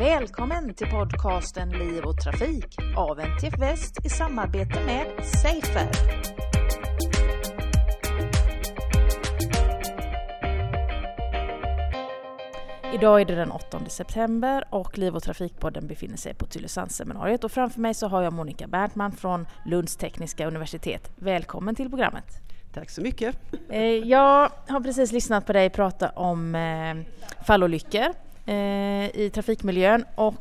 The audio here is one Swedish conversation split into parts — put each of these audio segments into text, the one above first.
Välkommen till podcasten Liv och Trafik av NTF Väst i samarbete med Safer. Idag är det den 8 september och Liv- och Trafikpodden befinner sig på Tylösandsseminariet. Och framför mig så har jag Monica Berntman från Lunds tekniska universitet. Välkommen till programmet. Tack så mycket. Jag har precis lyssnat på dig prata om fallolyckor i trafikmiljön och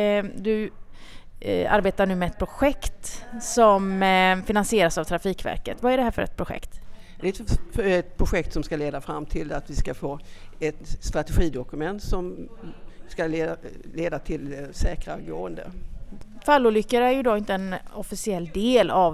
du arbetar nu med ett projekt som finansieras av Trafikverket. Vad är det här för ett projekt? Det är ett projekt som ska leda fram till att vi ska få ett strategidokument som ska leda till säkra gående. Fallolyckor är ju då inte en officiell del av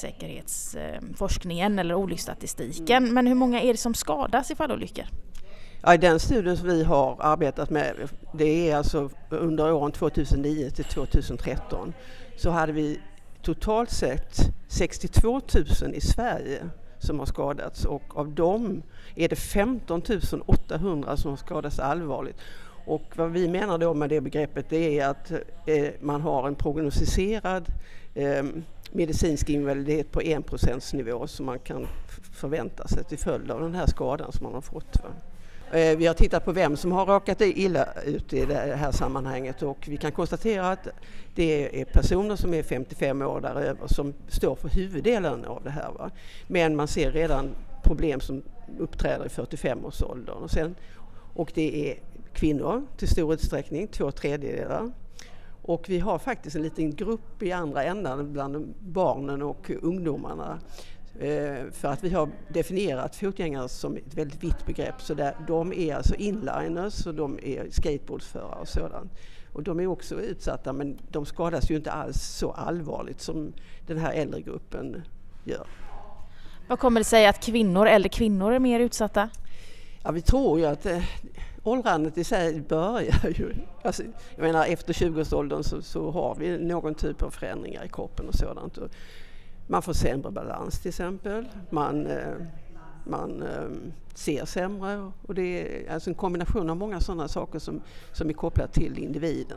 trafiksäkerhetsforskningen eller olycksstatistiken. Men hur många är det som skadas i fallolyckor? Ja, i den studien som vi har arbetat med, det är alltså under åren 2009 till 2013, så hade vi totalt sett 62 000 i Sverige som har skadats, och av dem är det 15 800 som har skadats allvarligt. Och vad vi menar då med det begreppet, det är att man har en prognostiserad medicinsk invaliditet på 1% nivå som man kan förvänta sig till följd av den här skadan som man har fått. Vi har tittat på vem som har råkat illa ut i det här sammanhanget, och vi kan konstatera att det är personer som är 55 år däröver som står för huvuddelen av det här. Va? Men man ser redan problem som uppträder i 45-årsåldern. Och det är kvinnor till stor utsträckning, 2/3. Och vi har faktiskt en liten grupp i andra ändan bland barnen och ungdomarna. För att vi har definierat fotgängare som ett väldigt vitt begrepp. Så de är alltså inliners och de är skateboardsförare och sådant. Och de är också utsatta, men de skadas ju inte alls så allvarligt som den här äldre gruppen gör. Vad kommer det sig att äldre kvinnor är mer utsatta? Ja, vi tror ju att åldrandet i sig börjar ju. Alltså, jag menar, efter 20-årsåldern så har vi någon typ av förändringar i kroppen och sådant. Och man får sämre balans till exempel. Man ser sämre, och det är alltså en kombination av många sådana saker som är kopplat till individen.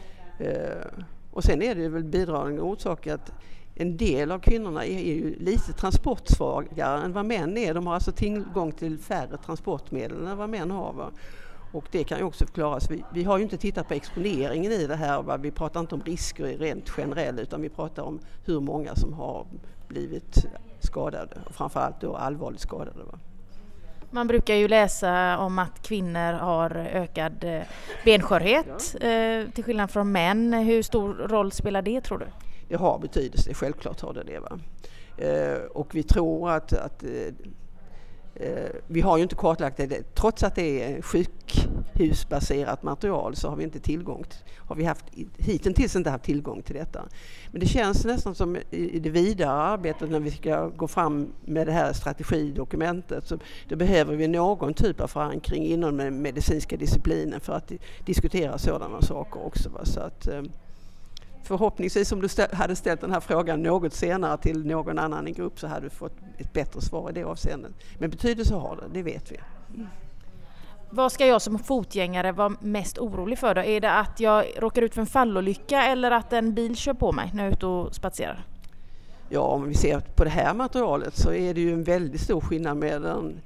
Och sen är det väl bidragande orsak att en del av kvinnorna är ju lite transportsvagare än vad män är. De har alltså tillgång till färre transportmedel än vad män har. Va? Och det kan ju också förklaras. Vi har ju inte tittat på exponeringen i det här. Va? Vi pratar inte om risker rent generellt, utan vi pratar om hur många som har blivit skadade. Och framförallt då allvarligt skadade. Va? Man brukar ju läsa om att kvinnor har ökad benskörhet till skillnad från män. Hur stor roll spelar det, tror du? Det har betydelse, självklart har det. Va? Och vi tror att vi har ju inte kartlagt det. Trots att det är sjukhusbaserat material så har vi inte hittills inte haft tillgång till detta. Men det känns nästan som i det vidare arbetet när vi ska gå fram med det här strategidokumentet, så det behöver vi någon typ av förankring inom den medicinska disciplinen för att diskutera sådana saker också. Va? Så att förhoppningsvis, om du hade ställt den här frågan något senare till någon annan i grupp, så hade du fått ett bättre svar i det avseendet. Men betydelse har det vet vi. Vad ska jag som fotgängare vara mest orolig för då? Är det att jag råkar ut för en fallolycka eller att en bil kör på mig när jag är ute och spatserar? Ja, om vi ser på det här materialet så är det ju en väldigt stor skillnad med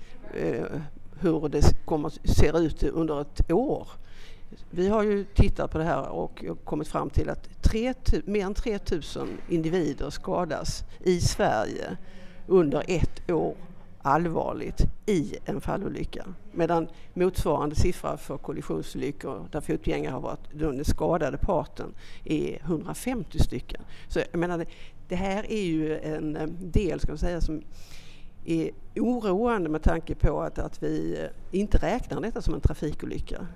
hur det ser ut under ett år. Vi har ju tittat på det här och kommit fram till att mer än 3 000 individer skadas i Sverige under ett år allvarligt i en fallolycka. Medan motsvarande siffra för kollisionsolyckor där fotgängare har varit den skadade parten är 150 stycken. Så jag menar, det här är ju en del, ska man säga, som är oroande med tanke på att vi inte räknar detta som en trafikolycka.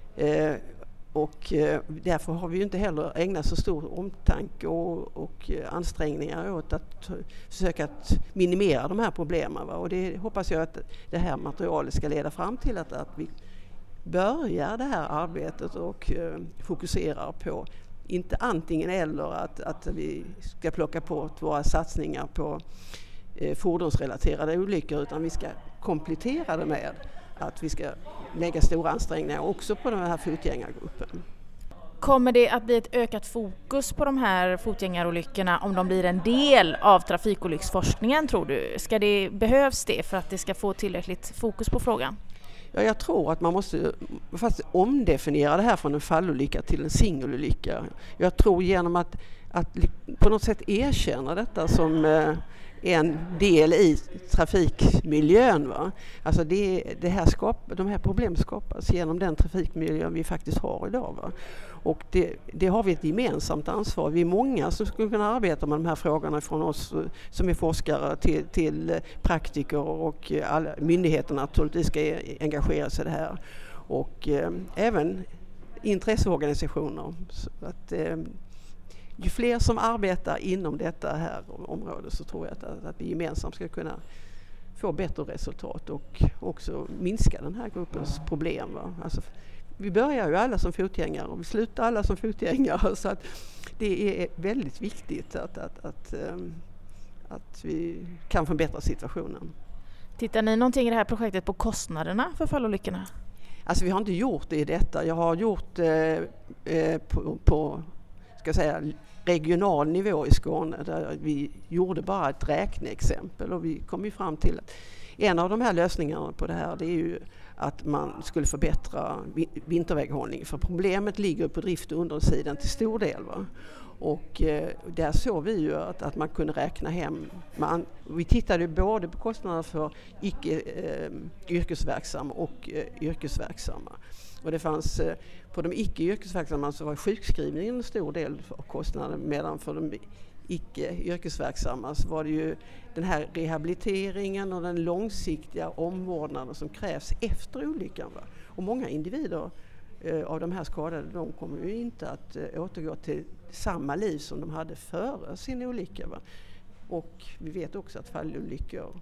Och därför har vi ju inte heller ägnat så stor omtanke och ansträngningar åt att försöka att minimera de här problemen. Va? Och det hoppas jag att det här materialet ska leda fram till att vi börjar det här arbetet och fokuserar på inte antingen eller att vi ska plocka på våra satsningar på fordonsrelaterade olyckor, utan vi ska komplettera det med att vi ska lägga stora ansträngningar också på den här fotgängargruppen. Kommer det att bli ett ökat fokus på de här fotgängarolyckorna om de blir en del av trafikolycksforskningen, tror du? Behövs det för att det ska få tillräckligt fokus på frågan? Ja, jag tror att man måste fast omdefiniera det här från en fallolycka till en singelolycka. Jag tror genom att på något sätt erkänna detta som en del i trafikmiljön. Va? Alltså de här problemen skapas genom den trafikmiljön vi faktiskt har idag. Va? Och det har vi ett gemensamt ansvar. Vi är många som skulle kunna arbeta med de här frågorna, från oss som är forskare till praktiker, och alla myndigheterna naturligtvis ska engagera sig i det här. Och även intresseorganisationer. Så att, ju fler som arbetar inom detta här område, så tror jag att vi gemensamt ska kunna få bättre resultat och också minska den här gruppens problem. Va? Alltså, vi börjar ju alla som fotgängare och vi slutar alla som fotgängare, så att det är väldigt viktigt att vi kan förbättra situationen. Tittar ni någonting i det här projektet på kostnaderna för fallolyckorna? Alltså vi har inte gjort det i detta. Jag har gjort på ska säga, regional nivå i Skåne, där vi gjorde bara ett räkneexempel, och vi kom ju fram till att en av de här lösningarna på det här, det är ju att man skulle förbättra vinterväghållning, för problemet ligger på drift- och underhållssidan till stor del. Va? Och där såg vi ju att man kunde räkna hem. Vi tittade både på kostnader för icke yrkesverksamma och yrkesverksamma. Och det fanns på de icke yrkesverksamma så var sjukskrivningen en stor del av kostnaden, medan för de icke yrkesverksamma så var det ju den här rehabiliteringen och den långsiktiga omvårdnaden som krävs efter olyckan. Va? Och många individer av de här skadade, de kommer ju inte att återgå till samma liv som de hade före sin olycka. Va? Och vi vet också att fallolyckor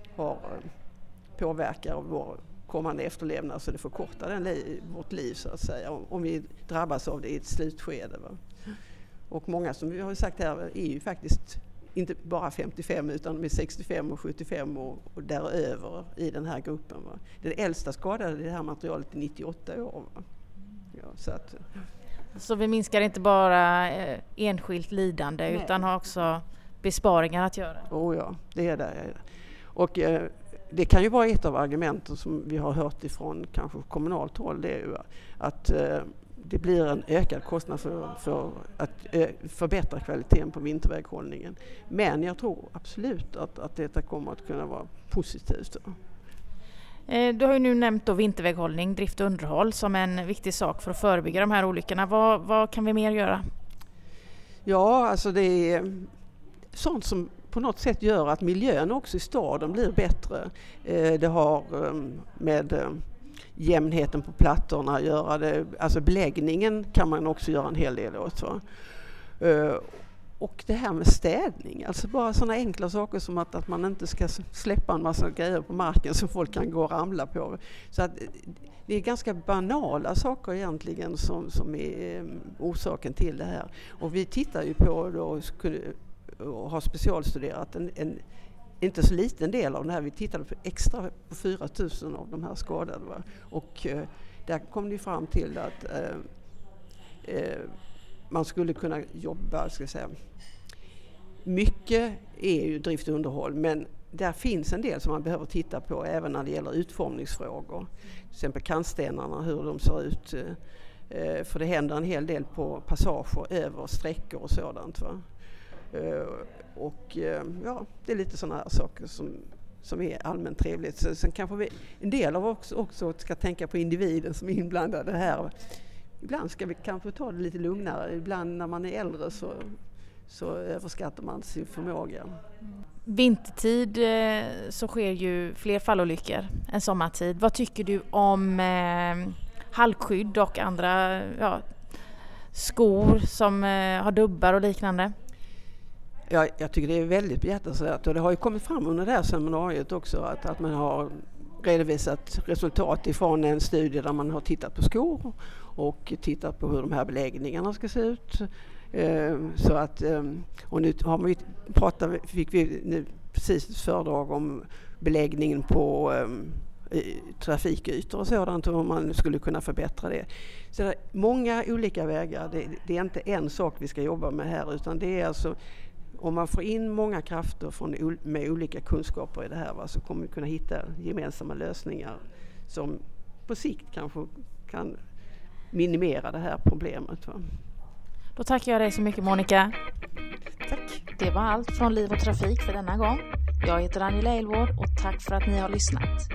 påverkar vår kommande efterlevnad, så det förkortar vårt liv så att säga, om vi drabbas av det i ett slutskede. Va? Och många, som vi har sagt här, är ju faktiskt inte bara 55 utan med 65 och 75 och däröver i den här gruppen. Va? Den äldsta skadade i det här materialet är 98 år. Va? Ja, så vi minskar inte bara enskilt lidande. Nej. Utan har också besparingar att göra? Ja, det är det. Och det kan ju vara ett av argumenten som vi har hört ifrån kanske kommunalt håll, det är ju att det blir en ökad kostnad för att förbättra kvaliteten på vinterväghållningen. Men jag tror absolut att detta kommer att kunna vara positivt. Du har ju nu nämnt då vinterväghållning, drift och underhåll som en viktig sak för att förebygga de här olyckorna. Vad kan vi mer göra? Ja, alltså det är sånt som på något sätt gör att miljön också i staden blir bättre. Det har med jämnheten på plattorna att göra. Alltså beläggningen kan man också göra en hel del åt. Va? Och det här med städning, alltså bara sådana enkla saker som att man inte ska släppa en massa grejer på marken som folk kan gå och ramla på. Så att det är ganska banala saker egentligen som är orsaken till det här. Och vi tittar ju på då, och har specialstuderat en inte så liten del av det här. Vi tittade på extra på 4 000 av de här skadade. Va? Och där kom det fram till att man skulle kunna jobba, ska jag säga. Mycket är ju drift och underhåll, men där finns en del som man behöver titta på även när det gäller utformningsfrågor. Till exempel kantstenarna, hur de ser ut. För det händer en hel del på passager över sträckor och sådant. Va? Och ja, det är lite sådana här saker som är allmänt trevligt. Sen kanske en del av oss också ska tänka på individen som är inblandade här. Ibland ska vi kanske ta det lite lugnare. Ibland när man är äldre så överskattar man sin förmåga. Vintertid så sker ju fler fallolyckor än sommartid. Vad tycker du om halkskydd och andra skor som har dubbar och liknande? Ja, jag tycker det är väldigt behjärtansvärt, och det har ju kommit fram under det här seminariet också att man har redovisat resultat ifrån en studie där man har tittat på skor och tittat på hur de här beläggningarna ska se ut. Så att, och nu fick vi nu precis ett föredrag om beläggningen på trafikytor och sådant, och hur man skulle kunna förbättra det. Så det är många olika vägar. Det är inte en sak vi ska jobba med här, utan det är alltså om man får in många krafter med olika kunskaper i det här, så kommer vi kunna hitta gemensamma lösningar som på sikt kanske kan minimera det här problemet. Då tackar jag dig så mycket, Monica. Tack. Det var allt från Liv och Trafik för denna gång. Jag heter Angela Elvård och tack för att ni har lyssnat.